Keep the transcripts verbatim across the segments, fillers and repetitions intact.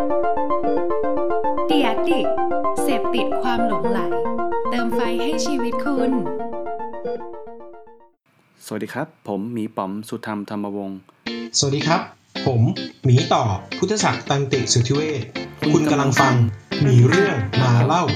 The Addict เสพติดความหลงใหลเติมไฟให้ชีวิตคุณสวัสดีครับผมหมีป๋อมสุธรรมธรรมวงศ์สวัสดีครับผมหมีต่อพุทธศักดิ์ตันติสุทธิเวชคุณกำลังฟังมีเรื่องมาเล่า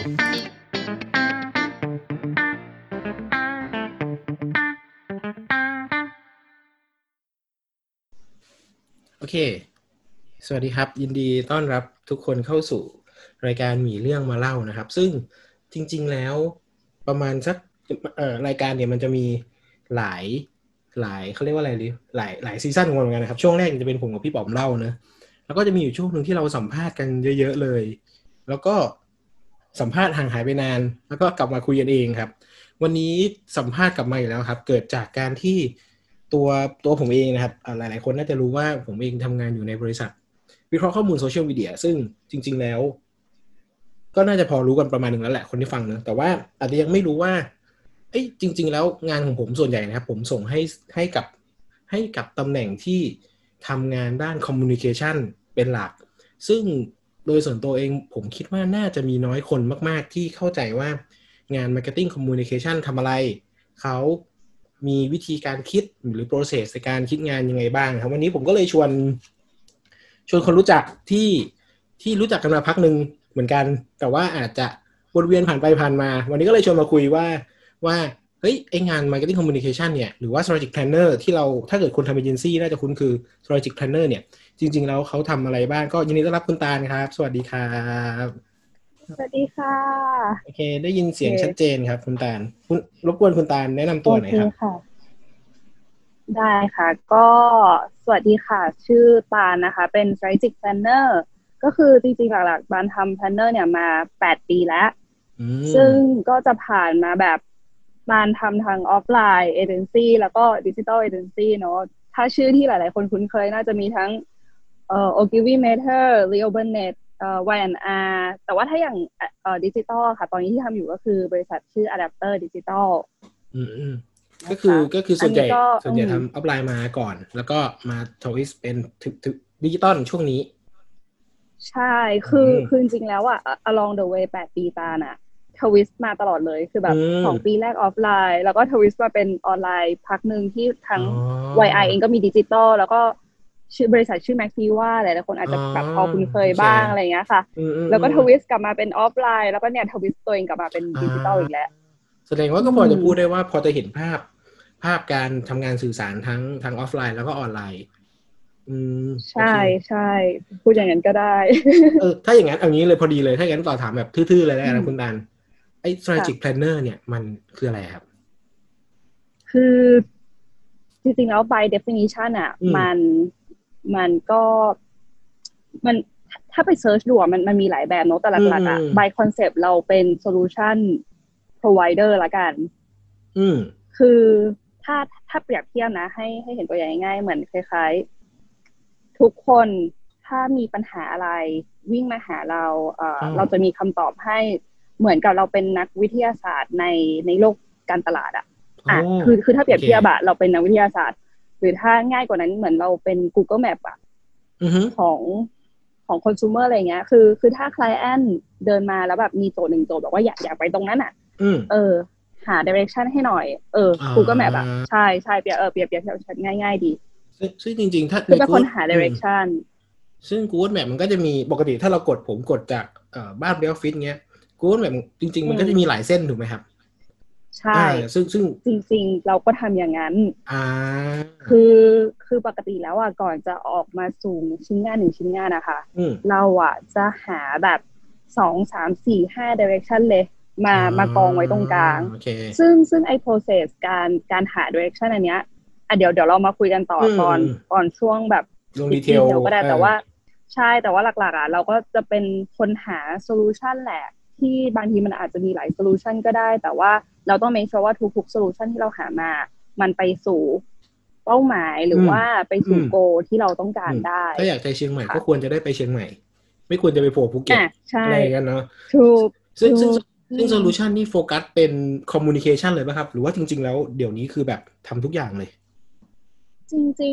โอเคสวัสดีครับยินดีต้อนรับทุกคนเข้าสู่รายการมีเรื่องมาเล่านะครับซึ่งจริงๆแล้วประมาณสักเอ่อรายการเนี่ยมันจะมีหลายหลายเขาเรียกว่าอะไรดิหลายหลายซีซั่นของมันเหมือนกันนะครับช่วงแรกจะเป็นผมกับพี่ป๋อมเล่านะแล้วก็จะมีอยู่ช่วงนึงที่เราสัมภาษณ์กันเยอะๆเลยแล้วก็สัมภาษณ์ห่างหายไปนานแล้วก็กลับมาคุยกันเองครับวันนี้สัมภาษณ์กลับมาอีกแล้วครับเกิดจากการที่ตัวตัวผมเองนะครับหลายๆคนน่าจะรู้ว่าผมเองทำงานอยู่ในบริษัทวิเคราะห์ข้อมูลโซเชียลมีเดียซึ่งจริงๆแล้วก็น่าจะพอรู้กันประมาณนึงแล้วแหละคนที่ฟังนะแต่ว่าอาจจะยังไม่รู้ว่าเอ้ยจริงๆแล้วงานของผมส่วนใหญ่นะครับผมส่งให้ให้กับให้กับตำแหน่งที่ทำงานด้านคอมมูนิเคชันเป็นหลักซึ่งโดยส่วนตัวเองผมคิดว่าน่าจะมีน้อยคนมากๆที่เข้าใจว่างาน Marketing Communication ทำอะไรเขามีวิธีการคิดหรือ process ในการคิดงานยังไงบ้างครับวันนี้ผมก็เลยชวนชวนคนรู้จักที่ที่รู้จักกันมาพักนึงเหมือนกันแต่ว่าอาจจะวนเวียนผ่านไปผ่านมาวันนี้ก็เลยชวนมาคุยว่าว่าเฮ้ยไองาน Marketing Communication เนี่ยหรือว่า Strategic Planner ที่เราถ้าเกิดคนทำเอเจนซี่น่าจะคุ้นคือ Strategic Planner เนี่ยจริงๆแล้วเขาทำอะไรบ้างก็ยินดีต้อนรับคุณตาลครับสวัสดีครับสวัสดีค่ะโอเคได้ยินเสียงชัดเจนครับคุณตาลคุณรบกวนคุณตาลแนะนำตัวหน่อยครับโอเคค่ะได้ค่ะก็สวัสดีค่ะชื่อตาลนะคะเป็น Strategic Planner ก็คือจริงๆหลักๆบานทำ Planner เนี่ยมาแปดปีแล้วซึ่งก็จะผ่านมาแบบบานทำทางออฟไลน์เอเจนซี่แล้วก็ดิจิทัลเอเจนซี่เนาะถ้าชื่อที่หลายๆคนคุ้นเคยน่าจะมีทั้งเอ่อ Ogilvy Mather Leo Burnett เอ่อ วาย แอนด์ อาร์ แต่ว่าถ้าอย่างเอ่อดิจิทัลค่ะตอนนี้ที่ทำอยู่ก็คือบริษัทชื่อ Adapter Digital อืมก็คือก็คือส่วนใหญ่ส่วนใหญ่ทำออฟไลน์มาก่อนแล้วก็มาทวิสเป็นดิจิตอลช่วงนี้ใช่คือคือจริงๆแล้วอะ along the way แปดปีตาน่ะทวิสมาตลอดเลยคือแบบสองปีแรกออฟไลน์แล้วก็ทวิสมาเป็นออนไลน์พักนึงที่ทั้ง วาย ไอ เองก็มีดิจิตอลแล้วก็ชื่อบริษัทชื่อ Maxtiva หลายๆคนอาจจะแบบพอคุ้นเคยบ้างอะไรอย่างเงี้ยค่ะแล้วก็ทวิสกลับมาเป็นออฟไลน์แล้วก็เนี่ยทวิสตัวเองกลับมาเป็นดิจิตอลอีกแล้วแสดงว่าก็พอจะพูดได้ว่าพอจะเห็นภาพภาพการทำงานสื่อสารทั้งทั้งออฟไลน์แล้วก็ออนไลน์อืมใช่ใช่พูดอย่างนั้นก็ได้เออถ้าอย่างนั้นเอางี้เลยพอดีเลยถ้าอย่างนั้นต่อถามแบบทื่อๆเลยแล้วนะคุณตาลไอ้ strategic planner เนี่ยมันคืออะไรครับคือจริงๆแล้ว by definition อ่ะมันมันก็มันถ้าไปเซิร์ชดูอ่ะมันมันมีหลายแบบเนาะแต่หลักๆอ่ะ by concept เราเป็น solution provider ละกันอืมคือถ้าถ้าเปรียบเทียบนะให้ให้เห็นตัวอย่างง่ายๆเหมือนคล้ายๆทุกคนถ้ามีปัญหาอะไรวิ่งมาหาเราเอ่อเราจะมีคำตอบให้เหมือนกับเราเป็นนักวิทยาศาสตร์ในในโลกการตลาดอ่ะอ่ะคือคือถ้าเปรียบเทียบอะเราเป็นนักวิทยาศาสตร์หรือถ้าง่ายกว่านั้นเหมือนเราเป็น Google Map อะของของ consumer อะไรเงี้ยคือคือถ้า client เดินมาแล้วแบบมีโจทย์หนึ่งโจทย์บอกว่าอยากอยากไปตรงนั้นอ่ะเออหา direction ให้หน่อยเออ Google Map อ่ะใช่ใช่เปรียบเออเปรียบเปรียบง่ายๆดีซึ่งจริงๆถ้าคือเป็นคนหา direction ซึ่ง Google Map มันก็จะมีปกติถ้าเรากดผมกดจากเอ่อบ้านเรียลฟิตเงี้ย Google Map จริงๆมันก็จะมีหลายเส้นถูกไหมครับใช่ซึ่งซึ่งจริงๆเราก็ทำอย่างนั้นอ่าคือคือปกติแล้วอ่ะก่อนจะออกมาสู่ชิ้นงานหนึ่งชิ้นงานนะคะเราอ่ะจะหาแบบสองสามสี่ห้า direction เลยมามากองไว้ตรงกลางซึ่งซึ่งไอ้ process การการหา direction อันเนี้ยอ่ะเดี๋ยวเดี๋ยวเรามาคุยกันต่อตอนตอนช่วงแบบลงดีเทลก็ได้แต่ว่าใช่แต่ว่าหลักๆอ่ะเราก็จะเป็นคนหา solution แหละที่บางทีมันอาจจะมีหลาย solution ก็ได้แต่ว่าเราต้อง make sure ว่าทุกๆ solution ที่เราหามามันไปสู่เป้าหมายหรือว่าไปสู่โกที่เราต้องการได้ถ้าอยากไปเชียงใหม่ก็ควรจะได้ไปเชียงใหม่ไม่ควรจะไปโผล่ภูเก็ตอะไรกันเนาะถูกซึ่งซึ่งซึ่ง solution นี่โฟกัสเป็น communication เลยป่ะครับหรือว่าจริงๆแล้วเดี๋ยวนี้คือแบบทำทุกอย่างเลยจริง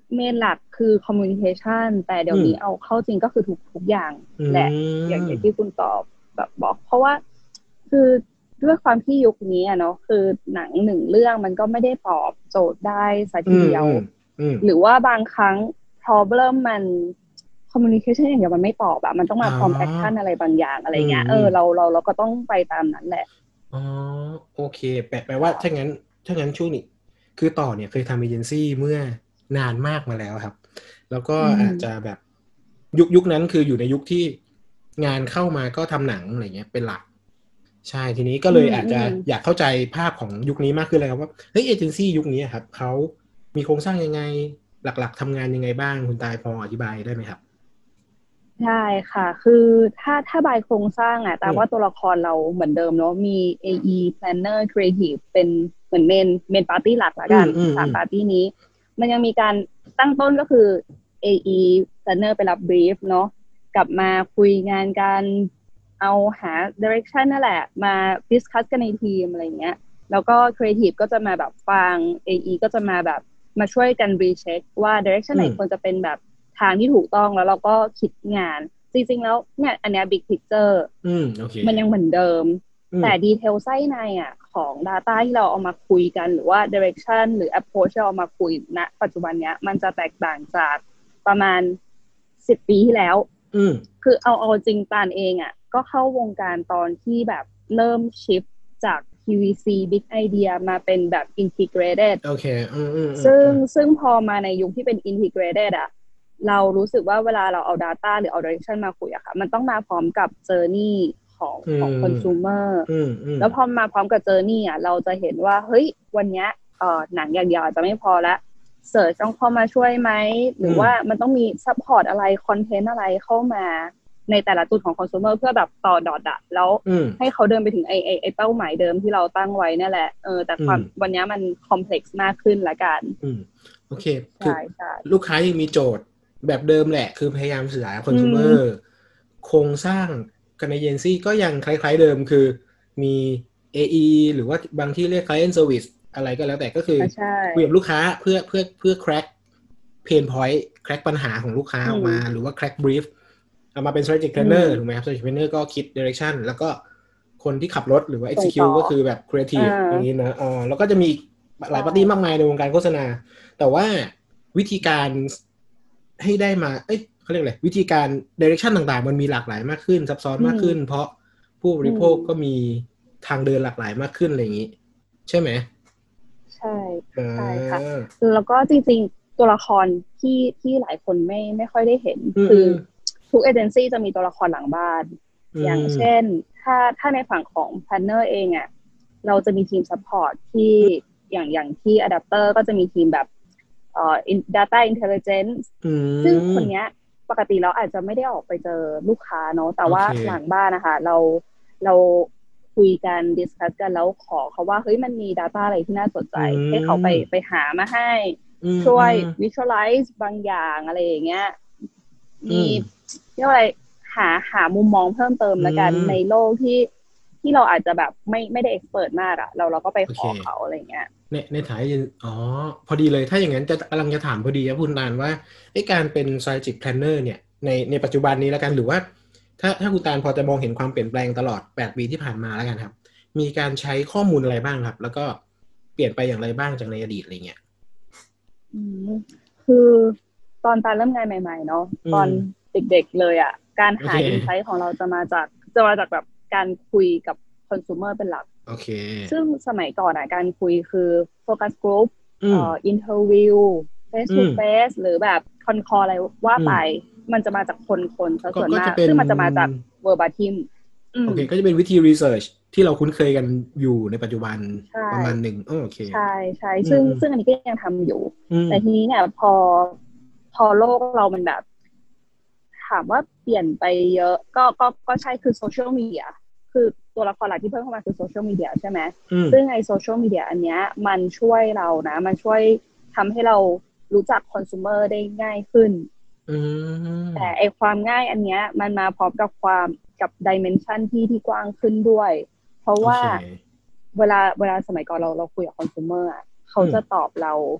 เมนหลักคือ communication แต่เดี๋ยวนี้เอาเข้าจริงก็คือทุกทุกอย่างแหละอย่างอย่างที่คุณตอบแบบบอกเพราะว่าคือด้วยความที่ยุคนี้อะเนาะคือหนังหนึ่งเรื่องมันก็ไม่ได้ตอบโจทย์ได้สักทีเดียวหรือว่าบางครั้ง problem มัน communication อย่างเดียวมันไม่ตอบอะมันต้องมาพร้อม action อะไรบางอย่างอะไรเงี้ยเออเราเราเราก็ต้องไปตามนั้นแหละอ๋อโอเคแปลแปลว่าถ้างั้นถ้างั้นช่วงนี้คือต่อเนี่ยเคยทำเอเจนซี่เมื่อนานมากมาแล้วครับแล้วก็อาจจะแบบยุคยุคนั้นคืออยู่ในยุคที่งานเข้ามาก็ทำหนังอะไรเงี้ยเป็นหลักใช่ทีนี้ก็เลยอาจจะอยากเข้าใจภาพของยุคนี้มากขึ้นเลยครับว่าเฮ้ยเอเจนซี่ยุคนี้ครับเขามีโครงสร้างยังไงหลักๆทำงานยังไงบ้างคุณตายพออธิบายได้ไหมครับได้ค่ะคือถ้าถ้าบายโครงสร้างอะแต่ว่าตัวละครเราเหมือนเดิมเนาะมี เอ อี Planner Creative เป็นเหมือนเมนเมนปาร์ตี้หลักละกันสามปาร์ตี้นี้มันยังมีการตั้งต้นก็คือ เอ อี Planner ไปรับบรีฟเนาะกลับมาคุยงานกันเอาหา direction นั่นแหละมา discuss กันในทีมอะไรเงี้ยแล้วก็ Creative ก็จะมาแบบฟัง เอ อี ก็จะมาแบบมาช่วยกัน recheck ว่า direction ไหนควรจะเป็นแบบทางที่ถูกต้องแล้วเราก็คิดงานจริงๆแล้วเนี่ยอันเนี้ย big picture อืมโอเคมันยังเหมือนเดิมแต่ดีเทลไส้ในอ่ะของ data ที่เราเอามาคุยกันหรือว่า direction หรือ approach ที่เราเอามาคุยณปัจจุบันเนี้ยมันจะแตกต่างจากประมาณสิบปีที่แล้วอืมคือเอาเอาจริงตานเองอ่ะก็เข้าวงการตอนที่แบบเริ่มชิฟจาก พี วี ซี Big Idea มาเป็นแบบ integrated โอเคอืมอืมซึ่งซึ่งพอมาในยุคที่เป็น integrated อ่ะเรารู้สึกว่าเวลาเราเอา data หรือเอา direction มาคุยอะค่ะมันต้องมาพร้อมกับ journey ของของ consumer แล้วพอมาพร้อมกับ journey อ่ะเราจะเห็นว่าเฮ้ยวันนี้เอ่อหนังอย่างเดียวอาจจะไม่พอละ search ต้องเข้ามาช่วยไหมหรือว่ามันต้องมี support อะไร content อะไรเข้ามาในแต่ละจุดของ consumer เพื่อแบบต่อดอทอะแล้วให้เขาเดินไปถึงไอไอไอเป้าหมายเดิมที่เราตั้งไว้นั่นแหละเออแต่ความวันนี้มัน complex มากขึ้นละกันโอเคคือลูกค้ายังมีโจทย์แบบเดิมแหละคือพยายามสื่อสารกับคอน sumer โครงสร้างกันในเอเจนซี่ก็ยังคล้ายๆเดิมคือมี เอ อี หรือว่าบางที่เรียก client service อะไรก็แล้วแต่ก็คือคุยกับลูกค้าเพื่อเพื่อเพื่อ crack pain point crack ปัญหาของลูกค้าออกมาหรือว่า crack brief เอามาเป็น strategic planner ถูกไหมครับ strategic planner ก็คิด direction แล้วก็คนที่ขับรถหรือว่า execute ก็คือแบบ creative อย่างนี้นะอ๋อแล้วก็จะมีหลายปาร์ตี้มากมายในวงการโฆษณาแต่ว่าวิธีการให้ได้มาเอ้ยเขาเรียกอะไรวิธีการ direction ต่างๆมันมีหลากหลายมากขึ้นซับซ้อนมากขึ้นเพราะผู้บริโภคก็มีทางเดินหลากหลายมากขึ้นอะไรอย่างนี้ใช่ไหมใช่ใช่ค่ะแล้วก็จริงๆตัวละครที่ที่หลายคนไม่ไม่ค่อยได้เห็นคือทุกเอเจนซี่จะมีตัวละครหลังบ้านอย่างเช่นถ้าถ้าในฝั่งของ planner เองอ่ะเราจะมีทีม support ที่อย่างอย่างที่ adapter ก็จะมีทีมแบบเอ่อ data intelligence ซึ่งคนเนี้ยปกติเราอาจจะไม่ได้ออกไปเจอลูกค้าเนาะแต่ว่าหลังบ้านนะคะเราเราคุยกันดิสคัสกันแล้วขอเขาว่าเฮ้ยมันมี data อะไรที่น่าสนใจให้เขาไปไปหามาให้ช่วย visualize บางอย่างอะไรอย่างเงี้ยมีเรียกว่าอะไรหาหามุมมองเพิ่มเติมแล้วกันในโลกที่ที่เราอาจจะแบบไม่ไม่ได้เอ็กซ์เพิร์ทมากอะเราเราก็ไปขอเขาอะไรเงี้ยในในถ่ายอ๋อพอดีเลยถ้าอย่างนั้นจะกำลังจะถามพอดีครับคุณตาลว่าไอ้การเป็น strategic planner เนี่ยในในปัจจุบันนี้แล้วกันหรือว่าถ้าถ้าคุณตาลพอจะมองเห็นความเปลี่ยนแปลงตลอดแปดปีที่ผ่านมาแล้วกันครับมีการใช้ข้อมูลอะไรบ้างครับแล้วก็เปลี่ยนไปอย่างไรบ้างจากในอดีตอะไรเงี้ยอืมคือตอนตาเริ่มงานใหม่ๆเนาะตอนเด็กๆเลยอ่ะการหาอินไซต์ของเราจะมาจากจะมาจากแบบการคุยกับคอน sumer เป็นหลักโอเคซึ่งสมัยก่อนอ่ะการคุยคือโฟกัสกรุ๊ปเอ่ออินเทอร์วิวเฟสทูเฟสหรือแบบคอนคอลอะไรว่าไปมันจะมาจากคนๆซะส่วนมากซึ่งมันจะมาจากเวอร์บาทิมโอเคก็จะเป็นวิธีรีเสิร์ชที่เราคุ้นเคยกันอยู่ในปัจจุบันประมาณหนึ่งโอเคใช่ใช่ซึ่งซึ่งอันนี้ก็ยังทำอยู่แต่ทีนี้เนี่ยพอพอโลกเรามันแบบถามว่าเปลี่ยนไปเยอะก็ก็ก็ใช่คือโซเชียลมีเดียคือตัวละครหลักที่เพิ่มเข้ามาคือโซเชียลมีเดียใช่ไหมซึ่งไอโซเชียลมีเดียอันเนี้ยมันช่วยเรานะมันช่วยทำให้เรารู้จักคอน sumer ได้ง่ายขึ้นแต่ไอความง่ายอันเนี้ยมันมาพร้อมกับความกับดิเมนชันที่ที่กว้างขึ้นด้วยเพราะว่า okay. เวลาเวลาสมัยก่อนเราเราคุยกับคอน sumer อ่ะเขาจะตอบเรา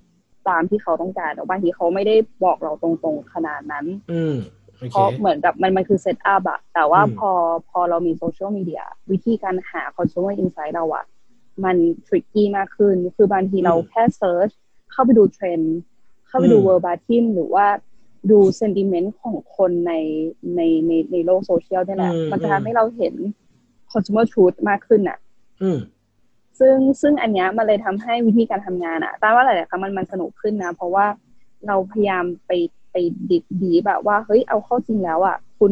ตามที่เขาต้องการแต่บางทีเขาไม่ได้บอกเราตรงๆขนาดนั้นอืมโอเคเพราะเหมือนกับมันมันคือเซตอัพอะแต่ว่าอืมพอพอเรามีโซเชียลมีเดียวิธีการหา consumer insight เราอะมันทริกกี้มากขึ้นคือบางทีเราแค่เซิร์ชเข้าไปดูเทรนด์เข้าไปดู verbatim หรือว่าดูเซนติเมนต์ของคนในในในในโลกโซเชียลนี่แหละมันจะทำให้เราเห็น consumer truth มากขึ้นน่ะซึ่งซึ่งอันเนี้ยมันเลยทำให้วิธีการทำงานอะตามว่าหลายๆครั้งมันมันสนุกขึ้นนะเพราะว่าเราพยายามไปไปดิบดีแบบว่าเฮ้ยเอาเข้าจริงแล้วอะคุณ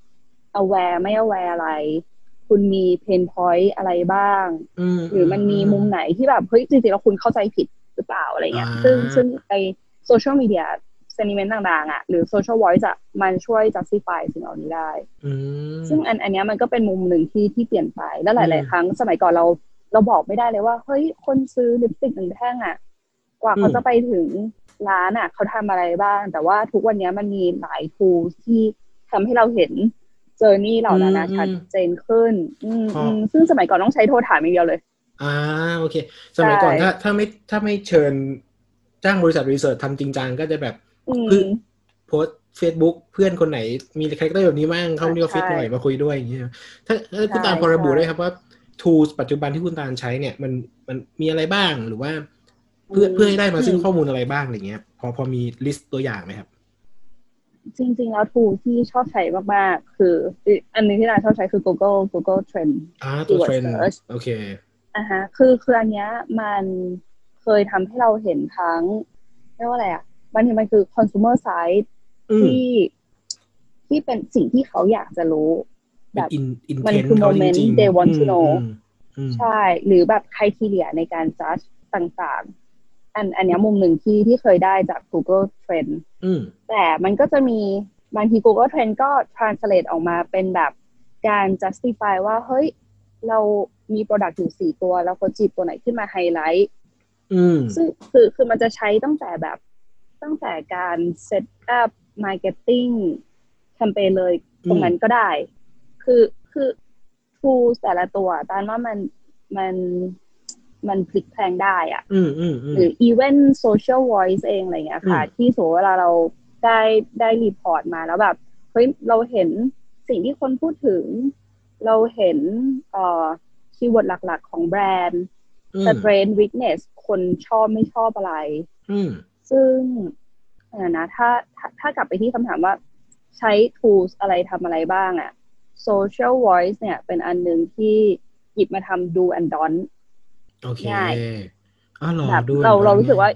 aware ไม่ aware อะไรคุณมี pain point อะไรบ้างหรือมันมีมุมไหนที่แบบเฮ้ยจริงๆแล้วคุณเข้าใจผิดหรือเปล่าอะไรเงี้ยซึ่งซึ่งไอโซเชียลมีเดียเซนิเมนต์ต่างๆอ่ะหรือ social voice อ่ะมันช่วย justify สิ่งเหล่านี้ได้ซึ่งอันอันนี้มันก็เป็นมุมหนึ่งที่ที่เปลี่ยนไปแล้วหลายๆครั้งสมัยก่อนเราเราบอกไม่ได้เลยว่าเฮ้ยคนซื้อลิปสติกหนึ่งแท่งอ่ะกว่าเขาจะไปถึงร้านอ่ะเขาทำอะไรบ้างแต่ว่าทุกวันนี้มันมีหลาย tools ที่ทำให้เราเห็นเจอร์นี่เหล่านั้นชัดเจนขึ้นซึ่งสมัยก่อนต้องใช้โทรถามอย่างเดียวเลยอ่าโอเคสมัยก่อนถ้าถ้าไม่ถ้าไม่เชิญจ้างบริษัทรีเสิร์ชทำจริงจังก็จะแบบคือโพสเฟซบุ๊กเพื่อนคนไหนมีคาแรคเตอร์แบบนี้มั่งเข้าที่ออฟฟิศหน่อยมาคุยด้วยอย่างเงี้ยถ้าคุณตาลพอระบุได้ครับว่า tools ปัจจุบันที่คุณตาลใช้เนี่ยมันมันมีอะไรบ้างหรือว่าเพื่อเพื่อให้ได้มาซึ่งข้อมูลอะไรบ้างอะไรเงี้ยพอพอมีลิสต์ตัวอย่างไหมครับจริงๆแล้ว tool ที่ชอบใช้มากๆคืออันนึงที่ตาลชอบใช้คือ Google Google Trend อ่าตัว Trend โอเคอ่าฮะคือคืออันเนี้ยมันเคยทำให้เราเห็นทั้งเรียกว่าอะไรอ่ะบางทีมันคือ consumer side ที่ที่เป็นสิ่งที่เขาอยากจะรู้แบบมันคือ moment they want to know ใช่หรือแบบ criteria ในการ judge ต่างๆอันอันนี้มุมหนึ่งที่ที่เคยได้จาก Google Trend แต่มันก็จะมีบางที Google Trend ก็ translate ออกมาเป็นแบบการ justify ว่าเฮ้ยเรามี product อยู่สี่ตัวแล้วเขาจีบตัวไหนขึ้นมาไฮไลท์ซึ่งคือคือมันจะใช้ตั้งแต่แบบตั้งแต่การ set up marketing แคมเปญเลยตรงนั้นก็ได้คือคือ tools แต่ละตัวตามว่ามันมันมันพลิกแพลงได้อ่ะหรือ even social voice เองอะไรเงี้ยค่ะที่สมมติเวลาเราได้ได้รีพอร์ตมาแล้วแบบเฮ้ยเราเห็นสิ่งที่คนพูดถึงเราเห็นเอ่อคีย์เวิร์ดหลักๆของแบรนด์ strength weakness คนชอบไม่ชอบอะไรซึ่งนะถ้าถ้ากลับไปที่คำถามว่าใช้ tools อะไรทำอะไรบ้างอ่ะ social voice เนี่ยเป็นอันนึงที่หยิบมาทำ do and don't โอเคแบบเราเรารู้สึกว่า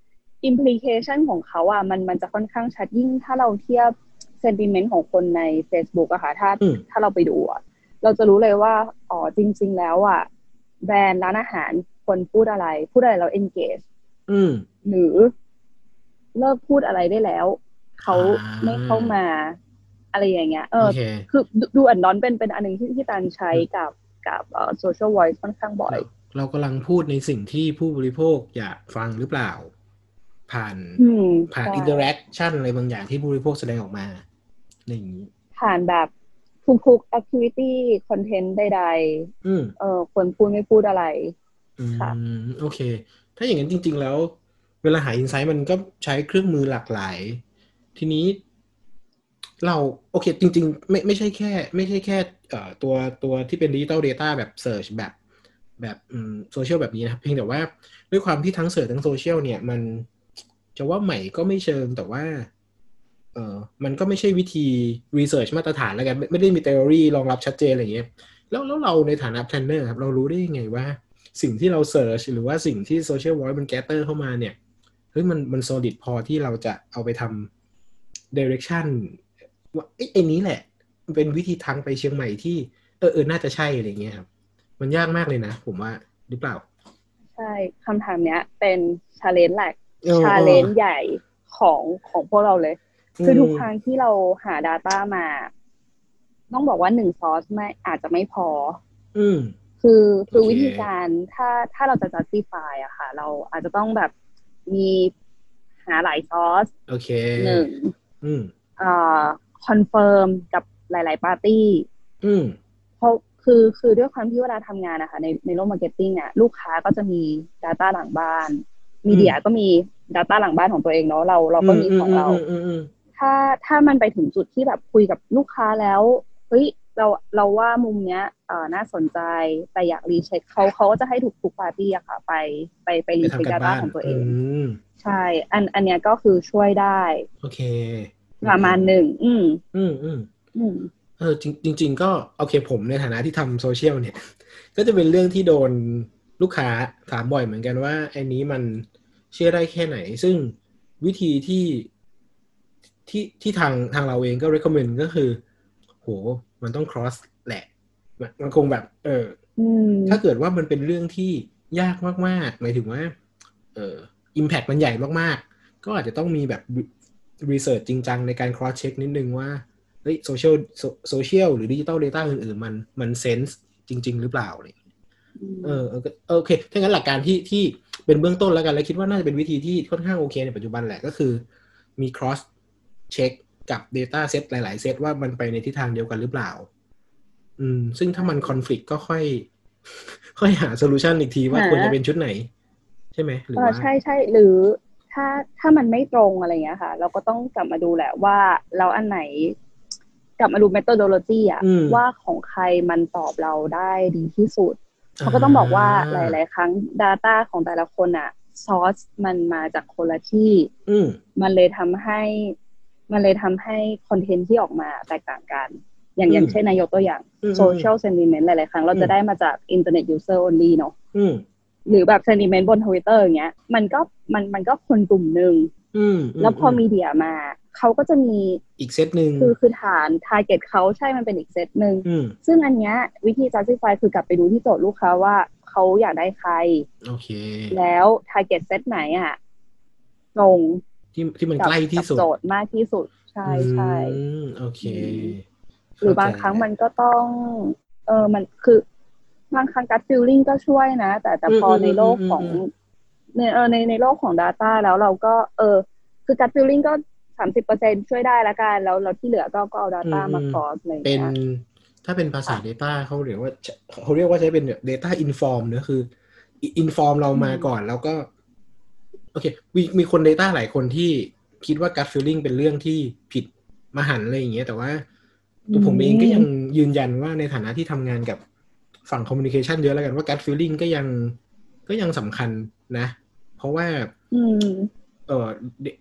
implication ของเขาอ่ะมันมันจะค่อนข้างชัดยิ่งถ้าเราเทียบ sentiment ของคนใน Facebook อะค่ะถ้าถ้าเราไปดูอ่ะเราจะรู้เลยว่าอ๋อจริงๆแล้วอ่ะแบรนด์ร้านอาหารคนพูดอะไรพูดอะไรแล้ว engage หรือเลิกพูดอะไรได้แล้วเขาไม่เข้ามาอะไรอย่างเงี้ยเออ okay. คือดูอันนอนเป็นเป็นอันนึงที่ที่ตันใช้กับกับเอ่อ social voice ค่อนข้างบ่อยเรากำลังพูดในสิ่งที่ผู้บริโภคอยากฟังหรือเปล่าผ่านผ่าน interaction อะไรบางอย่างที่ผู้บริโภคแสดงออกมาอย่างนี้ผ่านแบบทุกๆ activity content ใดๆเออคนพูดไม่พูดอะไรค่ะโอเคถ้าอย่างนั้นจริงๆแล้วเวลาหา insight มันก็ใช้เครื่องมือหลากหลายทีนี้เราโอเคจริงๆไม่ไม่ใช่แค่ไม่ใช่แค่เอ่อตัวตัวที่เป็น digital data แบบ search แบบแบบอืมโซเชียลแบบนี้นะครับเพียงแต่ว่าด้วยความที่ทั้ง search ทั้งโซเชียลเนี่ยมันจะว่าใหม่ก็ไม่เชิงแต่ว่าเอ่อมันก็ไม่ใช่วิธี research มาตรฐานแล้วกันไม่ได้มี theory รองรับชัดเจนอะไรอย่างเงี้ยแล้วแล้วเราในฐานะ planner ครับเรารู้ได้ยังไงว่าสิ่งที่เรา search หรือว่าสิ่งที่ social voice มัน gather เข้ามาเนี่ยเฮ้ยมันมัน solid พอที่เราจะเอาไปทำ direction ว่าไอ้ไอ้นี้แหละมันเป็นวิธีทางไปเชียงใหม่ที่เออเออน่าจะใช่อะไรเงี้ยครับมันยากมากเลยนะผมว่าหรือเปล่าใช่คำถามเนี้ยเป็น challenge แหละ challenge ใหญ่ของของพวกเราเลยคือทุกครั้งที่เราหา data มาต้องบอกว่าหนึ่ง source ไม่อาจจะไม่พออืมคือคือวิธีการถ้าถ้าเราจะ justify อะค่ะเราอาจจะต้องแบบมีหาหลาย source โอเคหนึ่งอืมเอ่อ confirm กับหลายๆ party อืมเพราะคือคือด้วยความที่เวลาทำงานนะคะในในโลกมาร์เก็ตติ้งอ่ะลูกค้าก็จะมี data หลังบ้านมีเดียก็มี data หลังบ้านของตัวเองเนาะเราเราก็มีของเราถ้าถ้ามันไปถึงจุดที่แบบคุยกับลูกค้าแล้วเฮ้ยเราเราว่ามุมเนี้ยเอ่อน่าสนใจแต่อยากรีเช็คเขาเขาก็จะให้ทุกทุกปาร์ตี้อะค่ะไปไปไปรีเช็ค data ของตัวเองใช่อันอันเนี้ยก็คือช่วยได้โอเคประมาณหนึ่งอืมอืมอืมอืมเออจริงจริงก็โอเคผมในฐานะที่ทำโซเชียลเนี่ยก็จะเป็นเรื่องที่โดนลูกค้าถามบ่อยเหมือนกันว่าไอ้นี้มันเชื่อได้แค่ไหนซึ่งวิธีที่ที่ที่ทางทางเราเองก็ recommend ก็คือโหมันต้อง cross แหละมันคงแบบเออถ้าเกิดว่ามันเป็นเรื่องที่ยากมากๆหมายถึงว่าเออ impact มันใหญ่มากๆก็อาจจะต้องมีแบบ research จริงจังในการ cross check นิดนึงว่าเฮ้ย social social หรือ digital data อื่นๆมันมัน sense จริงๆหรือเปล่าอะไรเออโอเคถ้างั้นหลักการที่ที่เป็นเบื้องต้นแล้วกันแล้วคิดว่าน่าจะเป็นวิธีที่ค่อนข้างโอเคในปัจจุบันแหละก็คือมี cross check กับ data set หลายๆ set ว่ามันไปในทิศทางเดียวกันหรือเปล่าอืมซึ่งถ้ามัน conflict ก็ค่อยค่อยหา solution อีกทีว่าควรจะเป็นชุดไหนใช่ไหมหรือว่าใช่ใช่หรือถ้าถ้ามันไม่ตรงอะไรเงี้ยค่ะเราก็ต้องกลับมาดูแหละว่าแล้วอันไหนกลับมาดู methodology อ่ะว่าของใครมันตอบเราได้ดีที่สุดเขาก็ต้องบอกว่าหลายๆครั้ง data ของแต่ละคนอ่ะ source มันมาจากคนละที่มันเลยทำให้มันเลยทำให้คอนเทนต์ที่ออกมาแตกต่างกันอย่างอย่างเช่นนายกตัวอย่าง social sentiment หลายๆครั้งเราจะได้มาจาก internet user only เนาะหรือแบบ sentiment บน Twitter อย่างเงี้ยมันก็มันมันก็คนกลุ่มนึงแล้วพอมีเดียมาเขาก็จะมีอีกเซตนึงคือคือฐาน target เขาใช่มันเป็นอีกเซตนึงซึ่งอันเนี้ยวิธี justify คือกลับไปดูที่โจทย์ลูกค้าว่าเขาอยากได้ใครโอเคแล้ว target เซตไหนอ่ะตรงที่ที่มันใกล้ที่สุดโจทย์มากที่สุดใช่ใช่โอเคหรือบางครั้งมันก็ต้องเออมันคือบางครั้ง gut feeling ก็ช่วยนะแต่แต่พอในโลกของในเออในในโลกของ data แล้วเราก็เออคือ gut feeling ก็ สามสิบเปอร์เซ็นต์ ช่วยได้ละกันแล้วแล้วที่เหลือก็ก็เอา data มา cross อะไรอย่างเงี้ยเป็นถ้าเป็นภาษา data เขาเรียกว่าเขาเรียกว่าใช้เป็น data inform นะคือ inform เรามาก่อนแล้วก็โอเคมีมีคน data หลายคนที่คิดว่า gut feeling เป็นเรื่องที่ผิดมหันต์อะไรอย่างเงี้ยแต่ว่าตัวผมเองก็ยังยืนยันว่าในฐานะที่ทำงานกับฝั่ง communication เยอะแล้วกันว่า gut feeling ก็ยังก็ยังสำคัญนะเพราะว่าเออ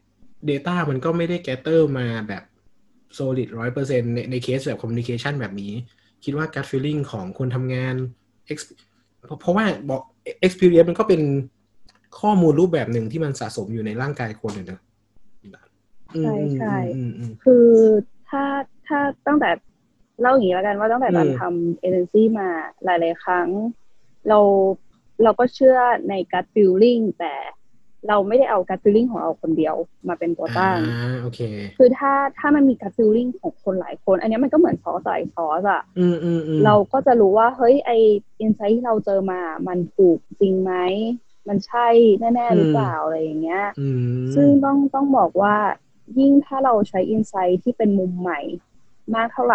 data มันก็ไม่ได้ gather มาแบบ solid ร้อยเปอร์เซ็นต์ ในในเคสแบบ communication แบบนี้คิดว่า gut feeling ของคนทำงานเพราะว่าบอก experience มันก็เป็นข้อมูลรูปแบบหนึ่งที่มันสะสมอยู่ในร่างกายคนเนอะใช่ใช่คือถ้าถ้าตั้งแต่เล่าอย่างนี้แล้วกันว่าตั้งแต่ตอนทำเอเจนซี่มาหลายๆครั้งเราเราก็เชื่อใน gut feeling แต่เราไม่ได้เอา gut feeling ของเราคนเดียวมาเป็นตัวตั้งโอเคคือถ้าถ้ามันมี gut feeling ของคนหลายคนอันนี้มันก็เหมือนซอสใส่ซอสอ่ะเราก็จะรู้ว่าเฮ้ยไอ insight ที่เราเจอมามันถูกจริงไหมมันใช่แน่ๆหรือเปล่าอะไรอย่างเงี้ยซึ่งต้องต้องบอกว่ายิ่งถ้าเราใช้ insight ที่เป็นมุมใหม่มากเท่าไหร่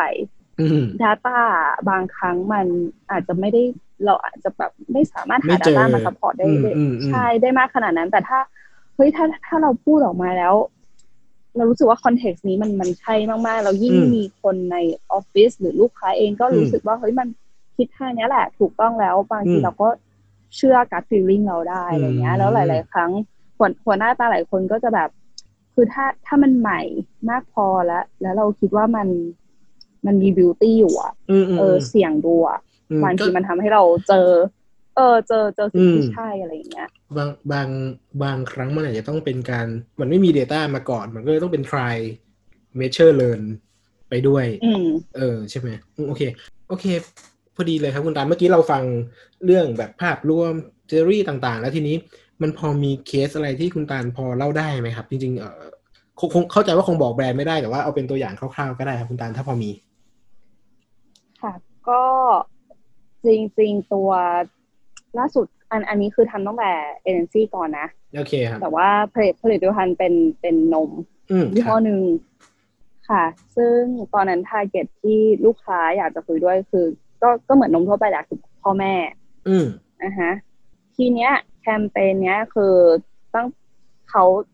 data บางครั้งมันอาจจะไม่ได้เราอาจจะแบบไม่สามารถหา data มา support ได้ใช่ได้มากขนาดนั้นแต่ถ้าเฮ้ยถ้าถ้าเราพูดออกมาแล้วเรารู้สึกว่า context นี้มันมันใช่มากๆแล้วยิ่งมีคนในออฟฟิศหรือลูกค้าเองก็รู้สึกว่าเฮ้ยมันคิดท่านี้แหละถูกต้องแล้วบางทีเราก็เชื่อ gut feeling เราได้อะไรเงี้ยแล้วหลายๆครั้งหัวหัวหน้าตาหลายคนก็จะแบบคือถ้าถ้ามันใหม่มากพอแล้วแล้วเราคิดว่ามันมันมีบิวตี้อยู่อ่ะเออเสี่ยงดูอ่ะบางทีมันทำให้เราเจอเออเจอเจอสิ่งที่ใช่อะไรอย่างเงี้ยบางบางบางครั้งมันอาจจะต้องเป็นการมันไม่มี data มาก่อนมันก็เลยต้องเป็น try measure learn ไปด้วยเออใช่ไหมโอเคโอเคพอดีเลยครับคุณตาเมื่อกี้เราฟังเรื่องแบบภาพรวม theory ต่างๆแล้วทีนี้มันพอมีเคสอะไรที่คุณตาลพอเล่าได้ไหมครับจริงๆเออคงเข้าใจว่าคงบอกแบรนด์ไม่ได้แต่ว่าเอาเป็นตัวอย่างคร่าวๆก็ได้ครับคุณตาลถ้าพอมีค่ะก็จริงๆตัวล่าสุดอันอันนี้คือทำตั้งแต่เอเจนซี่ก่อนนะโอเคครับแต่ว่าผลิตผลิตภัณฑ์เป็นเป็นนมยี่ห้อหนึ่งค่ะซึ่งตอนนั้นทาร์เก็ตที่ลูกค้าอยากจะคุยด้วยคือก็ก็เหมือนนมทั่วไปแหละคือพ่อแม่อืมอ่ะฮะทีเนี้ยแคมเปญเนี้ยคือตั้งเขา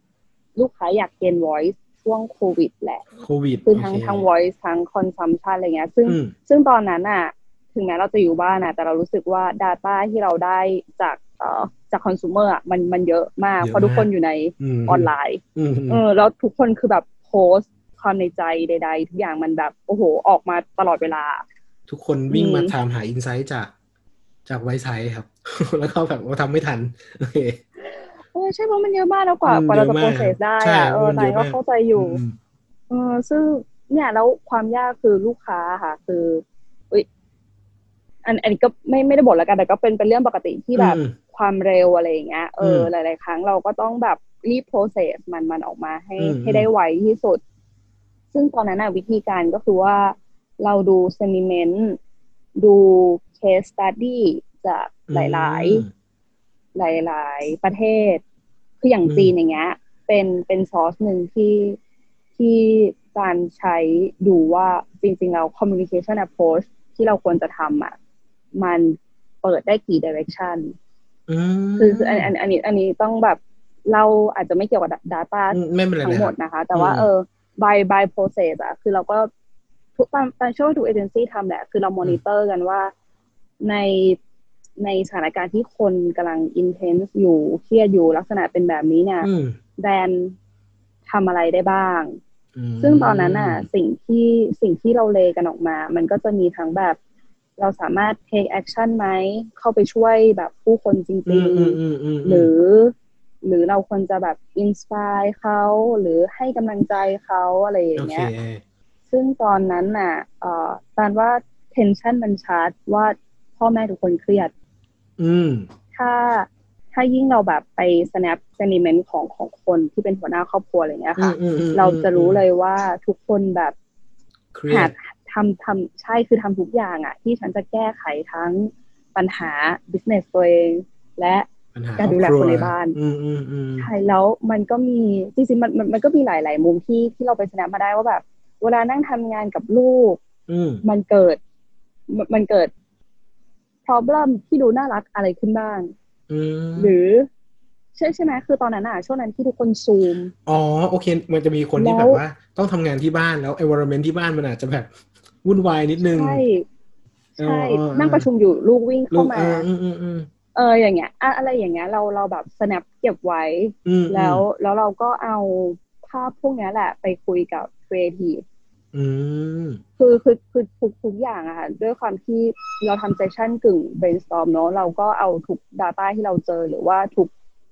ลูกค้าอยากเกณฑ์ voice ช่วงโควิดแหละโควิดคือทั้งทั้ง voice ทั้ง consumption อะไรเงี้ยซึ่งซึ่งตอนนั้นน่ะถึงแม้เราจะอยู่บ้านน่ะแต่เรารู้สึกว่า data ที่เราได้จากเอ่อจาก consumer อ่ะมันมันเยอะมากเพราะทุกคนอยู่ในออนไลน์เออแล้วทุกคนคือแบบโพสต์ความในใจใดๆทุกอย่างมันแบบโอ้โหออกมาตลอดเวลาทุกคนวิ่งมาถามหาอินไซต์จากจากไวซ์ไซต์ครับ แล้วก็แบบว่าทำไม่ทันโอเคเออใช่เพราะมันเยอะมากแล้วกว่ากว่าเราจะ process ได้อ่ะเออแต่ก็เข้าใจอยู่เออซึ่งเนี่ยแล้วความยากคือลูกค้าค่ะคืออุ๊ยอันอันนี้ก็ไม่ไม่ได้บ่นแล้วกันแต่ก็เป็นเป็นเรื่องปกติที่แบบความเร็วอะไรอย่างเงี้ยเออหลายๆครั้งเราก็ต้องแบบรีบ process มันมันออกมาให้ให้ได้ไวที่สุดซึ่งตอนนั้นน่ะวิธีการก็คือว่าเราดู sentiment ดู case study จากหลายๆหลายๆประเทศคืออย่างจีนอย่างเงี้ยเป็นเป็นซอร์สหนึ่งที่ที่การใช้ดูว่าจริงๆแล้ว communication approach ที่เราควรจะทำอ่ะมันเปิดได้กี่ direction คือคืออันอันอันนี้อันนี้ต้องแบบเราอาจจะไม่เกี่ยวกับ data ทั้งหมดนะคะแต่ว่าเออ by by process อ่ะคือเราก็ทุกตามตามช่วงทุกเอเจนซี่ทำแหละคือเรามอนิเตอร์กันว่าในในสถานการณ์ที่คนกำลัง intense อยู่เครียดอยู่ลักษณะเป็นแบบนี้เนี่ยแบรนด์ทำอะไรได้บ้างซึ่งตอนนั้นน่ะสิ่งที่สิ่งที่เราเลกันออกมามันก็จะมีทั้งแบบเราสามารถ take action ไหมเข้าไปช่วยแบบผู้คนจริงๆหรือหรือเราควรจะแบบ inspire เขาหรือให้กำลังใจเขาอะไรอย่างเงี้ย okay. ซึ่งตอนนั้นน่ะเอ่อตอนว่า tension มันชัดว่าพ่อแม่ทุกคนเครียดอืมถ้าถ้ายิ่งเราแบบไป snap sentiment ของของคนที่เป็นหัวหน้าครอบครัวอะไรเงี้ยค่ะเราจะรู้เลยว่าทุกคนแบบหาทำทำใช่คือทำทุกอย่างอ่ะที่ฉันจะแก้ไขทั้งปัญหา business ตัวเองและการดูแลคนในบ้านใช่แล้วมันก็มีจริงๆมันมันมันก็มีหลายๆมุมที่ที่เราไป snap มาได้ว่าแบบเวลานั่งทำงานกับลูกมันเกิดมันเกิด problem ที่ดูน่ารักอะไรขึ้นบ้างหรือใช่ใช่ไหมคือตอนนั้นอ่ะช่วงนั้นที่ทุกคนซูมอ๋อโอเคมันจะมีคนที่แบบว่าต้องทำงานที่บ้านแล้ว environment ที่บ้านมันอาจจะแบบวุ่นวายนิดนึงใช่ใช่นั่งประชุมอยู่ลูกวิ่งเข้ามาเอออย่างเงี้ยอะไรอย่างเงี้ยเราเราแบบ snap เก็บไว้แล้วแล้วเราก็เอาภาพพวกนี้แหละไปคุยกับ creativeคือคือคือทุกทุกอย่างอะค่ะด้วยความที่เราทำเซสชั่นกึ่ง brainstorm เนอะเราก็เอาทุก data ที่เราเจอหรือว่าทุก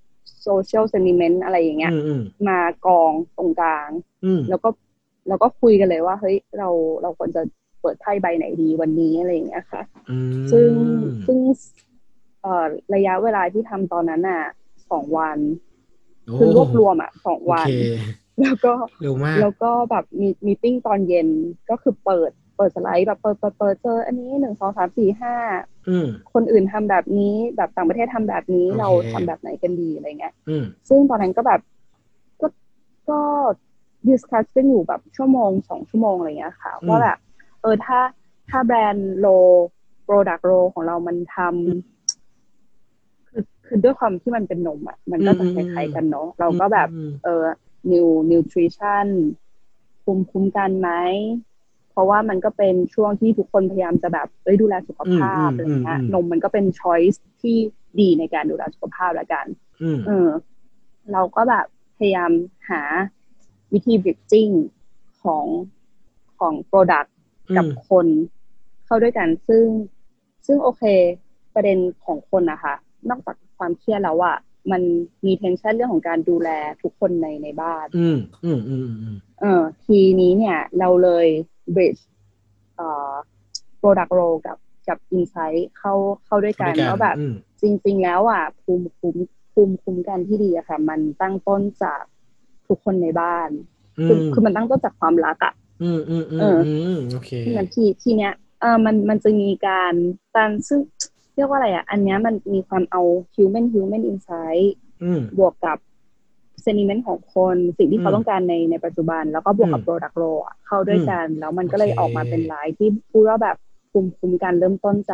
social sentiment อะไรอย่างเงี้ยมากองตรงกลางแล้วก็แล้วก็คุยกันเลยว่าเฮ้ยเราเราควรจะเปิดไพ่ใบไหนดีวันนี้อะไรอย่างเงี้ยค่ะซึ่งซึ่งเอ่อระยะเวลาที่ทำตอนนั้นอะสองวันคือรวบรวมอะสองวันแล้วก็แล้วก็แบบมีมีติ้งตอนเย็นก็คือเปิดเปิดสไลด์แบบเปิดเปิดเปิดเจออันนี้หนึ่งสองสามสี่ห้าคนอื่นทำแบบนี้แบบต่างประเทศทำแบบนี้ okay. เราทำแบบไหนกันดีอะไรเงี้ยซึ่งตอนนั้นก็แบบก็ก็ดิสคัสกันอยู่แบบชั่วโมงสองชั่วโมงอะไรเงี้ยค่ะว่าแบบเออถ้าถ้าแบรนด์โลโปรดักต์โลของเรามันทำคือคือด้วยความที่มันเป็นนมอ่ะมันก็จะคล้ายๆกันเนาะเราก็แบบเออนิวนิวทริชั่นคุมคุ้มกันไหมเพราะว่ามันก็เป็นช่วงที่ทุกคนพยายามจะแบบเอ้ยดูแลสุขภาพอะไรเงี้ยนมมันก็เป็นช้อยส์ที่ดีในการดูแลสุขภาพละกันเออเราก็แบบพยายามหาวิธี bridging ของของ product กับคนเข้าด้วยกันซึ่งซึ่งโอเคประเด็นของคนนะคะนอกจากความเครียดแล้วอะมันมี tension เรื่องของการดูแลทุกคนในในบ้านอืมอืมอืมเออทีนี้เนี่ยเราเลย bridge เอ่อ product role กับกับ insight เข้าเข้าด้วยกันว่าแบบจริงๆแล้วอ่ะภูมิคุ้มภูมิคุ้มกันที่ดีอะค่ะมันตั้งต้นจากทุกคนในบ้านคือคือมันตั้งต้นจากความรักอ่ะอืมอืมอืมอืมโอเคงั้นทีทีเนี้ยเออมันมันจะมีการการซึ่งเรียกว่าอะไรอ่ะอันเนี้ยมันมีความเอา human human insight บวกกับ sentiment ของคนสิ่งที่เขาต้องการในในปัจจุบันแล้วก็บวกกับ product role เข้าด้วยกันแล้วมันก็เลยออกมาเป็นไลน์ที่พูดว่าแบบภูมิคุ้มกันเริ่มต้นจาก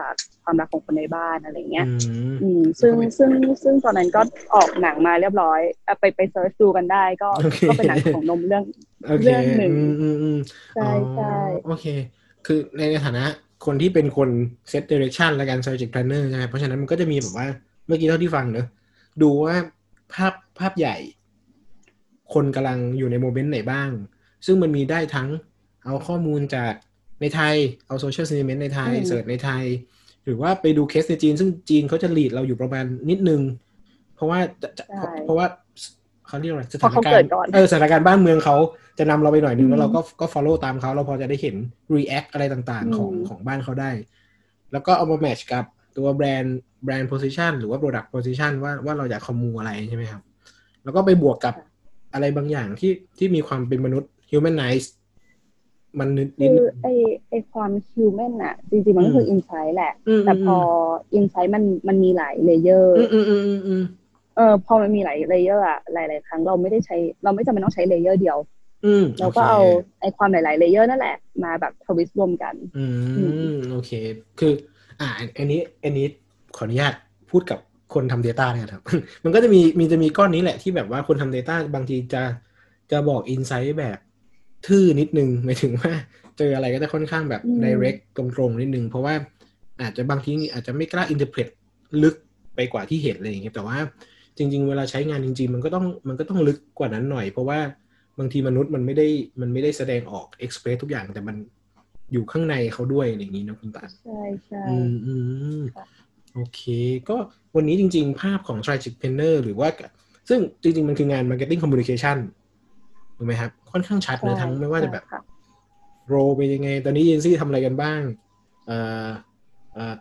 ความรักของคนในบ้านอะไรเงี้ยอืมอืมซึ่งซึ่งซึ่งตอนนั้นก็ออกหนังมาเรียบร้อยเอาไปไปเซิร์ชดูกันได้ก็โอเคก็เป็นหนังของนมเรื่องโอเคเรื่องหนึ่งอืมอืมอืมใช่ใช่อ๋อโอเค คือในในฐานะคนที่เป็นคนเซต direction และการ strategic planner ใช่ไหมเพราะฉะนั้นมันก็จะมีแบบว่าเมื่อกี้เท่าที่ฟังเนอะดูว่าภาพภาพใหญ่ คนกำลังอยู่ในโมเมนต์ไหนบ้าง ซึ่งมันมีได้ทั้งเอาข้อมูลจากในไทยเอาโซเชียล sentiment ในไทยอืมเสิร์ชในไทย หรือว่าไปดูเคสในจีน ซึ่งจีนเขาจะ lead เราอยู่ประมาณนิดนึง เพราะว่าจะจะใช่เพราะว่าเขาเรียกอะไรสเพราะถานเขากาเกิรดณ์ก่อนเออสถานการณ์บ้านเมืองเขาจะนำเราไปหน่อยนึงอืมแล้วเราก็ก็ follow ตามเขาเราพอจะได้เห็น react อะไรต่างๆ ของอืมของบ้านเขาได้ แล้วก็เอามา match กับตัวแบรนด์แบรนด์ position หรือว่า product position ว่าว่าเราอยากคอมมูอะไรใช่ไหมครับ แล้วก็ไปบวกกับอะไรบางอย่างที่ที่มีความเป็นมนุษย์ humanize มันนิดนิคืดอไอไอความฮิวแมนอะจริงๆมันก็คืออินไซต์แหละอืมแต่พออินไซต์มันมันมีหลายเลเยอร์อืมอืมอืมอืมอืมเออพอมันมีหลายเลเยอร์อะหลายๆครั้งเราไม่ได้ใช้เราไม่จำเป็นต้องใช้เลเยอร์เดียวอืมเราก็เอาไอความหลายๆเลเยอร์นั่นแหละมาแบบทวิสต์รวมกันอืมโอเค คือ อ่าอันนี้อันนี้ขออนุญาตพูดกับคนทำ Data เนี่ยครับ มันก็จะมีมีจะมีก้อนนี้แหละที่แบบว่าคนทำ Data บางทีจะจะบอก Insight แบบทื่อนิดนึงหมายถึงว่าเจออะไรก็จะค่อนข้างแบบอืม direct ตรงๆนิดนึง เพราะว่าอาจจะบางทีอาจจะไม่กล้า interpret ลึกไปกว่าที่เห็นอะไรอย่างเงี้ยแต่ว่าจริงๆเวลาใช้งานจริงๆมันก็ต้องมันก็ต้องลึกกว่านั้นหน่อยเพราะว่าบางทีมนุษย์มันไม่ได้มันไม่ได้แสดงออก express ทุกอย่างแต่มันอยู่ข้างในเขาด้วยอะไรอย่างนี้นะคุณตาลใช่ใช่อืมอืมค่ะโอเค ก็วันนี้จริงๆ ภาพของ strategic planner หรือว่า ซึ่งจริงๆ มันคืองาน marketing communication ถูกไหมครับ ค่อนข้างชัดเลยใช่ทั้งไม่ว่าจะแบบใช่ค่ะโรเป็นยังไง ตอนนี้เอเจนซี่ทำอะไรกันบ้างเอ่อเอ่อ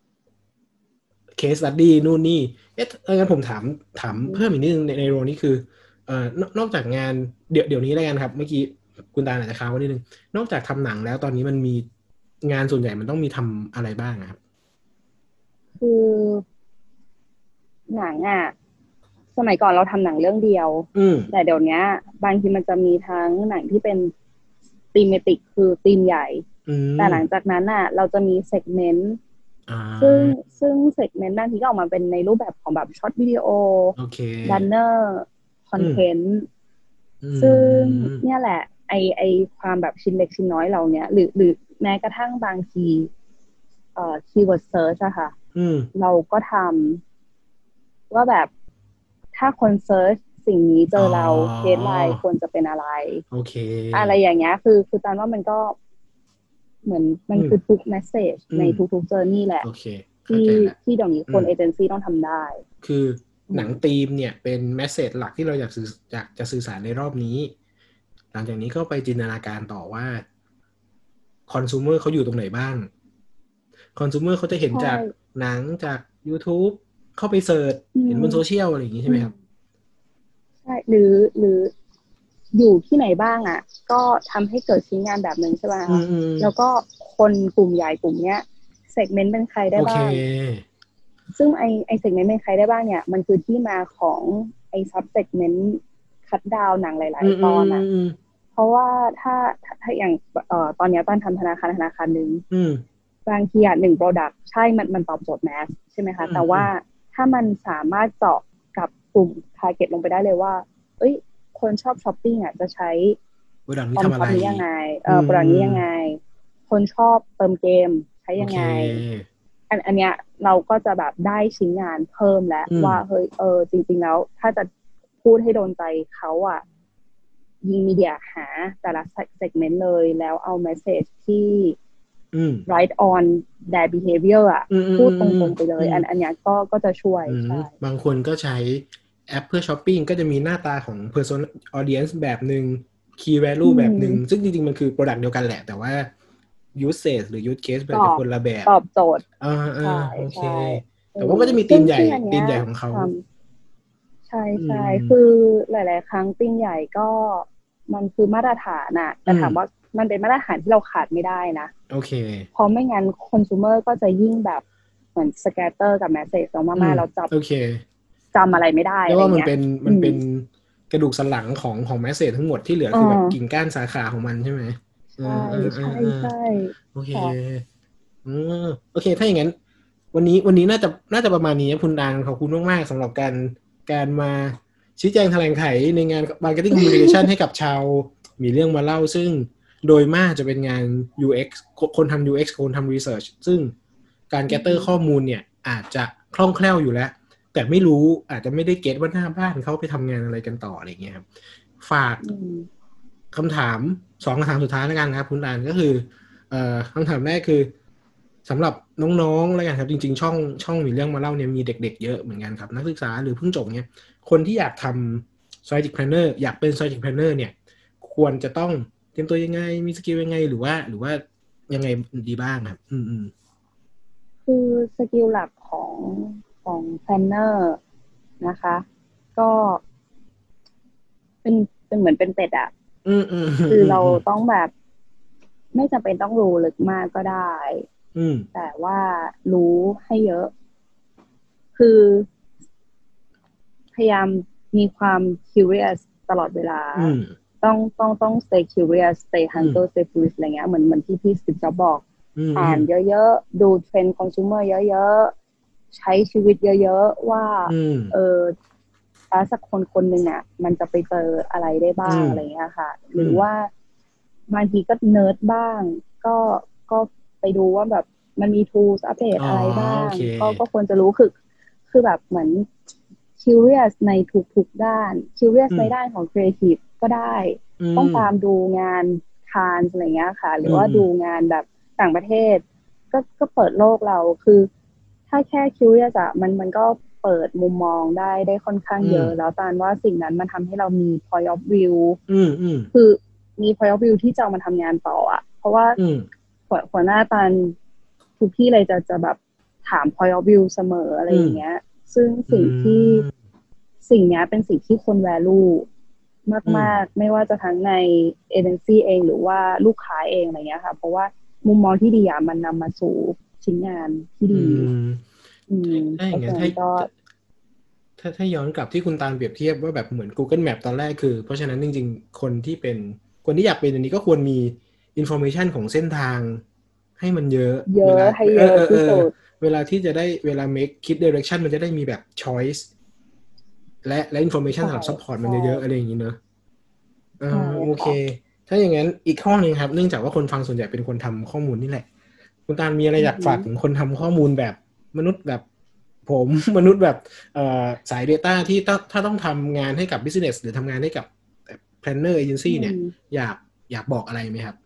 case study นู่นนี่ เอ๊ะเอองั้นผมถามถามเพิ่มอีกนิดนึงในในโรนี้คือเอ่อนอกนอกจากงานเดี๋ยวเดี๋ยวนี้แล้วกันครับ เมื่อกี้คุณตาอาจจะค้างไว้นิดนึง นอกจากทำหนังแล้วตอนนี้มันมีงานส่วนใหญ่มันต้องมีทำอะไรบ้างอะครับคือหนังอ่ะสมัยก่อนเราทำหนังเรื่องเดียวอืมแต่เดี๋ยวนี้บางทีมันจะมีทั้งหนังที่เป็นธีมเมติกคือธีมใหญ่อืมแต่หลังจากนั้นอ่ะ เราจะมีเซกเมนต์อ่าซึ่งซึ่งเซกเมนต์บางทีก็ออกมาเป็นในรูปแบบของแบบช็อตวิดีโอโอเคดันเนอร์คอนเทนต์อืมซึ่งเนี่ยแหละ ไอไอความแบบชิ้นเล็กชิ้นน้อยเราเนี่ยหรือหรือแม้กระทั่งบางทีเอ่อคีย์เวิร์ดเซิร์ชอะค่ะอืมเราก็ทำว่าแบบถ้าคนเซิร์ชสิ่งนี้เจอเราอ๋อเคสไลน์ควรจะเป็นอะไรโอเคอะไรอย่างเงี้ยคือคือตามว่ามันก็เหมือนมันอืมคือทุกเมสเซจอืมในทุกๆเจอร์นี่แหละโอเคเข้าที่ใจละที่เดี๋ยวนี้คนอืมเอเจนซี่ต้องทำได้คือหนังธีมเนี่ยเป็นแมสเซจหลักที่เราอยากสื่ออยากจะสื่อสารในรอบนี้ หลังจากนี้ก็ไปจินตนาการต่อว่าคอน sumer เขาอยู่ตรงไหนบ้างคอน sumer เขาจะเห็นใช่จากหนังจาก YouTube เข้าไปเสิร์ชอืมเห็นบนโซเชียลอะไรอย่างนี้ใช่ไหมครับใช่หรือหรืออยู่ที่ไหนบ้างอ่ะ ก็ทำให้เกิดชิ้นงานแบบหนึ่งใช่ไหมอืคะมอืมแล้วก็คนกลุ่มใหญ่กลุ่มเนี้ยเซกเมนต์เป็นใครได้โอเคบ้าง ซึ่งไอไอเซกเมนต์เป็นใครได้บ้างเนี่ย มันคือที่มาของไอซับเซกเมนต์คัดดาวหนังหลาย ๆ ตอนอ่ะอืมเพราะว่าถ้าถ้าถ้าอย่างเอ่อตอนเนี้ยตอนทำธนาคารธนาคารหนึ่งอืมบางทีอ่ะหนึ่ง product ใช่มันมันตอบโจทย์แมสใช่ไหมคะอืมแต่ว่าถ้ามันสามารถเจาะกับกลุ่ม target ลงไปได้เลยว่า เอ้ย คนชอบช้อปปิ้งอ่ะจะใช้โปรดักต์นี้ออมทำช็อะอไรปนี้ยังไง เอ่ออืมโปรดักต์นี้ยังไง คนชอบเติมเกมใช้โอยังเคไง อันอันเนี้ยเราก็จะแบบได้ชิ้นงานเพิ่มแล้วอืมว่าเฮ้ยเออจริงๆแล้วถ้าจะพูดให้โดนใจเขาอ่ะยิงมีเดียหาแต่ละเซกเมนต์เลยแล้วเอาเมสเซจที่อืม right on their behavior อ่ะอืมอืมพูดตอืรมงๆไปเลยอืมอันอันเนี้ยก็ก็จะช่วยอืมใช่บางคนก็ใช้แอปเพื่อช้อปปิ้งก็จะมีหน้าตาของ person audience แบบหนึ่ง key อื value มแบบหนึ่งซึ่งจริงๆ มันคือ product เดียวกันแหละ แต่ว่า use case หรือ use case แบบจะคนละแบบตอบโจทย์อ่าอ่าใช่โอเคใช่แต่ว่าก็จะมีซึ่ธีงมใหญ่ซึ่งอันเนี้ธียมใหญ่ของเขาทำใช่ใช่อืมคือหลาย ๆ ครั้งตีมใหญ่ก็มันคือมาตรฐานน่ะ แต่อืมถามว่ามันเป็นมาตรฐานที่เราขาดไม่ได้นะโอเคเพราะไม่งั้นคอน sumer ก็จะยิ่งแบบเหมือนสแกตเตอร์กับแมสเซจออกมาอืมาม เราจับโอเคจำอะไรไม่ได้เรียอะกไรว่ามันเงี้ยเป็นมันเป็นกระดูกสันหลังของของแมสเซจทั้งหมดที่เหลือคือแบบอ่ากิ่งก้านสาขาของมันใช่ไหมใช่อ่าอ่าใช่อ่าใช่โอเคค่ะอืมโอเค ถ้าอย่างนั้นวันนี้วันนี้น่าจะน่าจะประมาณนี้คุณดังขอบคุณมากๆสำหรับการการมาชี้แจงแถลงไขในงาน Marketing Communication ให้กับชาวมีเรื่องมาเล่าซึ่งโดยมากจะเป็นงาน ยู เอ็กซ์ คนทำ ยู เอ็กซ์ คนทำ Research ซึ่งการแกตเตอร์ข้อมูลเนี่ยอาจจะคล่องแคล่วอยู่แล้วแต่ไม่รู้อาจจะไม่ได้เก็ตว่าหน้าบ้านเขาไปทำงานอะไรกันต่ออะไรเงี้ยครับฝากคำถามสองคำถามสุดท้ายแล้วกันครับคุณดังก็คือเอ่อคำถามแรกคือสำหรับน้องๆแล้วกันครับจริงๆช่องช่องมีเรื่องมาเล่าเนี่ยมีเด็กๆเยอะเหมือนกันครับนักศึกษาหรือเพิ่งจบเนี่ยคนที่อยากทำ strategic planner อยากเป็น strategic planner เนี่ยควรจะต้องเตรียมตัวยังไงมีสกิลยังไงหรือว่าหรือว่ายังไงดีบ้างครับอืมๆคือสกิลหลักของของ planner นะคะก็เป็นเป็นเหมือนเป็นเป็ดอ่ะอืมๆคือเราต้องแบบไม่จำเป็นต้องรู้ลึกมากก็ได้แต่ว่ารู้ให้เยอะคือพยายามมีความ curious ตลอดเวลาต้องต้องต้อง stay curious stay hunter stay curious อะไรเงี้ยเหมือนเหมือนที่พี่สติฟจ็อบส์บอกอ่านเยอะๆดูเทรนด์ consumer เยอะๆใช้ชีวิตเยอะๆว่าเออถ้าสักคนคนหนึ่งอ่ะมันจะไปเจออะไรได้บ้างอะไรเงี้ยค่ะหรือว่าบางทีก็เนิร์ดบ้างก็ก็ไปดูว่าแบบมันมี tools อัปเดตอะไรบ้างก็ก็ควรจะรู้คือคือแบบเหมือน curious ในทุกๆด้าน curious ในด้านของ creative ก็ได้ต้องตามดูงานคานอะไรเงี้ยค่ะหรือว่าดูงานแบบต่างประเทศก็ก็เปิดโลกเราคือถ้าแค่ curious อะมันมันก็เปิดมุมมองได้ได้ค่อนข้างเยอะแล้วตานว่าสิ่งนั้นมันทำให้เรามี point of view คือมี point of view ที่จะเอามาทำงานต่ออะเพราะว่าหัวหน้าตานทุกที่เลยจะจะแบบถาม point of view เสมออะไรอย่างเงี้ยซึ่งสิ่งที่สิ่งนี้เป็นสิ่งที่คน value มากๆไม่ว่าจะทั้งในเอเจนซี่เองหรือว่าลูกค้าเองอะไรเงี้ยค่ะเพราะว่ามุมมองที่ดีอ่ะมันนำมาสู่ชิ้นงานที่ดีถ้าอย่างนั้นถ้าถ้าถ้าย้อนกลับที่คุณตาลเปรียบเทียบว่าแบบเหมือน Google Map ตอนแรกคือเพราะฉะนั้นจริงๆคนที่เป็นคนที่อยากเป็นอันนี้ก็ควรมี information ของเส้นทางให้มันเยอะเยอะให้เยอะที่สุดเวลาที่จะได้เวลา make คิด direction มันจะได้มีแบบ choice และและ information สำหรับ support มันเยอะๆอะไรอย่างนี้เนอะอ่าโอเคถ้าอย่างนั้นอีกข้อนึงครับเนื่องจากว่าคนฟังส่วนใหญ่เป็นคนทำข้อมูลนี่แหละคุณตาลมีอะไรอยากฝากถึงคนทำข้อมูลแบบมนุษย์แบบผมมนุษย์แบบเอ่อสาย data ที่ถ้าถ้าต้องทำงานให้กับ business หรือทำงานให้กับ planner agency เนี่ยอยากอยากบอกอะไรไหมครับ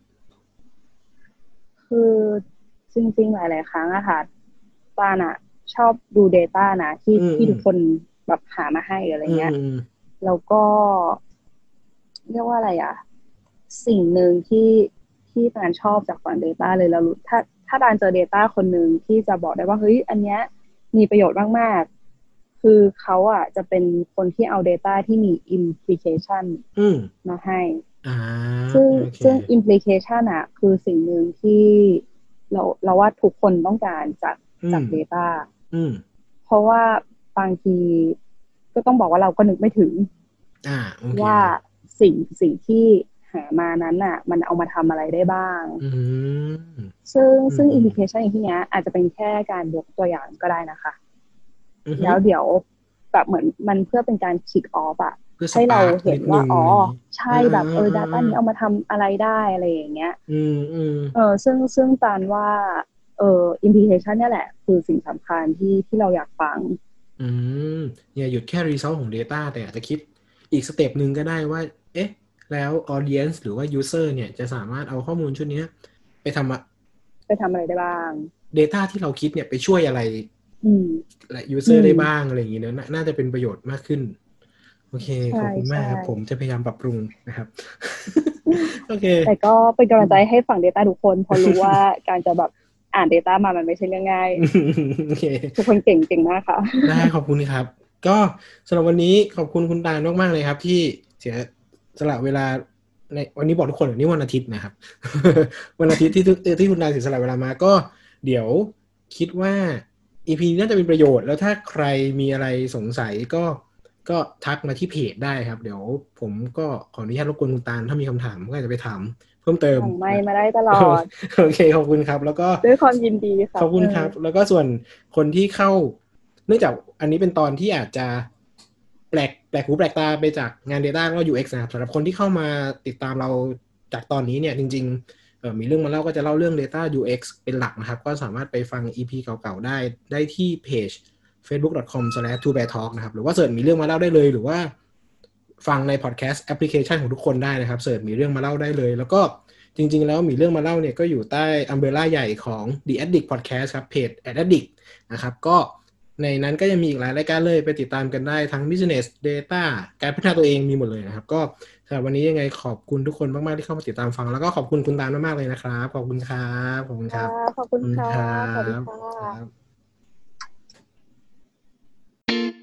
คือจริงๆหลายๆครั้งอะค่ะตาลอะชอบดู data นะที่ที่ทุกคนแบบหามาให้อะไรเงี้ยแล้วก็เรียกว่าอะไรอะสิ่งหนึ่งที่ที่ตาลชอบจากฝั่ง data เลยแล้วถ้าถ้าตาลเจอ data คนหนึ่งที่จะบอกได้ว่าเฮ้ยอันเนี้ยมีประโยชน์มากๆคือเขาอะจะเป็นคนที่เอา data ที่มี implication มาให้ซึ่งซึ่ง implication อะคือสิ่งหนึ่งที่เราเราว่าทุกคนต้องการจากจาก data เพราะว่าบางทีก็ต้องบอกว่าเราก็นึกไม่ถึงว่าสิ่งสิ่งที่หามานั้นน่ะมันเอามาทำอะไรได้บ้างซึ่งซึ่ง implication อย่างที่นี้อาจจะเป็นแค่การยกตัวอย่างก็ได้นะคะแล้วเดี๋ยวแบบเหมือนมันเพื่อเป็นการ kick off อะให้เราเห็นว่าอ๋อใช่แบบเออ data นี้เอามาทำอะไรได้อะไรอย่างเงี้ยเออซึ่งซึ่งตานว่าเออ implication เนี่ยแหละคือสิ่งสำคัญที่ที่เราอยากฟังอืมอย่าหยุดแค่ result ของ data แต่อาจจะคิดอีกสเต็ปนึงก็ได้ว่าเอ๊ะแล้ว audience หรือว่า user เนี่ยจะสามารถเอาข้อมูลชุดนี้ไปทำอะไปทำอะไรได้บ้าง data ที่เราคิดเนี่ยไปช่วยอะไรและ user ได้บ้างอะไรอย่างงี้เนอะน่าจะเป็นประโยชน์มากขึ้นโอเคขอบคุณมากครับผมจะพยายามปรับปรุงนะครับโอเคแต่ก็เป็นกำลังใจให้ฝั่ง data ทุกคนเพราะรู้ว่าการจะแบบอ่าน data มามันไม่ใช่เรื่องง่ายโอเคทุกคนเก่งเก่งมากค่ะได้ขอบคุณครับก็สำหรับวันนี้ขอบคุณคุณตาลมากๆเลยครับที่เสียสละเวลาในวันนี้บอกทุกคนว่านี่วันอาทิตย์นะครับวันอาทิตย์ที่ที่คุณตาลเสียสละเวลามาก็เดี๋ยวคิดว่า อี พี น่าจะเป็นประโยชน์แล้วถ้าใครมีอะไรสงสัยก็ก็ทักมาที่เพจได้ครับเดี๋ยวผมก็ขออนุญาตรบกวนคุณตาลถ้ามีคำถามก็อาจจะไปถามเพิ่มเติมหลังไมค์มาได้ตลอดโอเคขอบคุณครับแล้วก็ด้วยความยินดีค่ะขอบคุณครับแล้วก็ส่วนคนที่เข้าเนื่องจากอันนี้เป็นตอนที่อาจจะแปลกแปลกหูแปลกตาไปจากงาน Data แล้วก็ ยู เอ็กซ์ นะครับสำหรับคนที่เข้ามาติดตามเราจากตอนนี้เนี่ยจริงๆเอ่อมีเรื่องมาเล่าก็จะเล่าเรื่อง Data ยู เอ็กซ์ เป็นหลักนะครับก็สามารถไปฟัง อี พี เก่าๆได้ได้ที่เพจ เฟซบุ๊ก ดอท คอม สแลช ทู แบร์ ทอล์ก นะครับหรือว่าเสิร์ชมีเรื่องมาเล่าได้เลยหรือว่าฟังในพอดแคสต์แอปพลิเคชันของทุกคนได้นะครับเสิร์ชมีเรื่องมาเล่าได้เลยแล้วก็จริงๆแล้วมีเรื่องมาเล่าเนี่ยก็อยู่ใต้อัมเบรลล่าใหญ่ของ The Addict Podcast ครับเพจ Addict นะครับก็ในนั้นก็ยังมีอีกหลายรายการเลยไปติดตามกันได้ทั้ง Business Data การพัฒนาตัวเองมีหมดเลยนะครับก็สำหรับวันนี้ยังไงขอบคุณทุกคนมากๆที่เข้ามาติดตามฟังแล้วก็ขอบคุณคุณตาลมากๆเลยนะครับขอบคุณครับขอบคุณครับขอบคุณค่ะสวัสดีค่ะครับ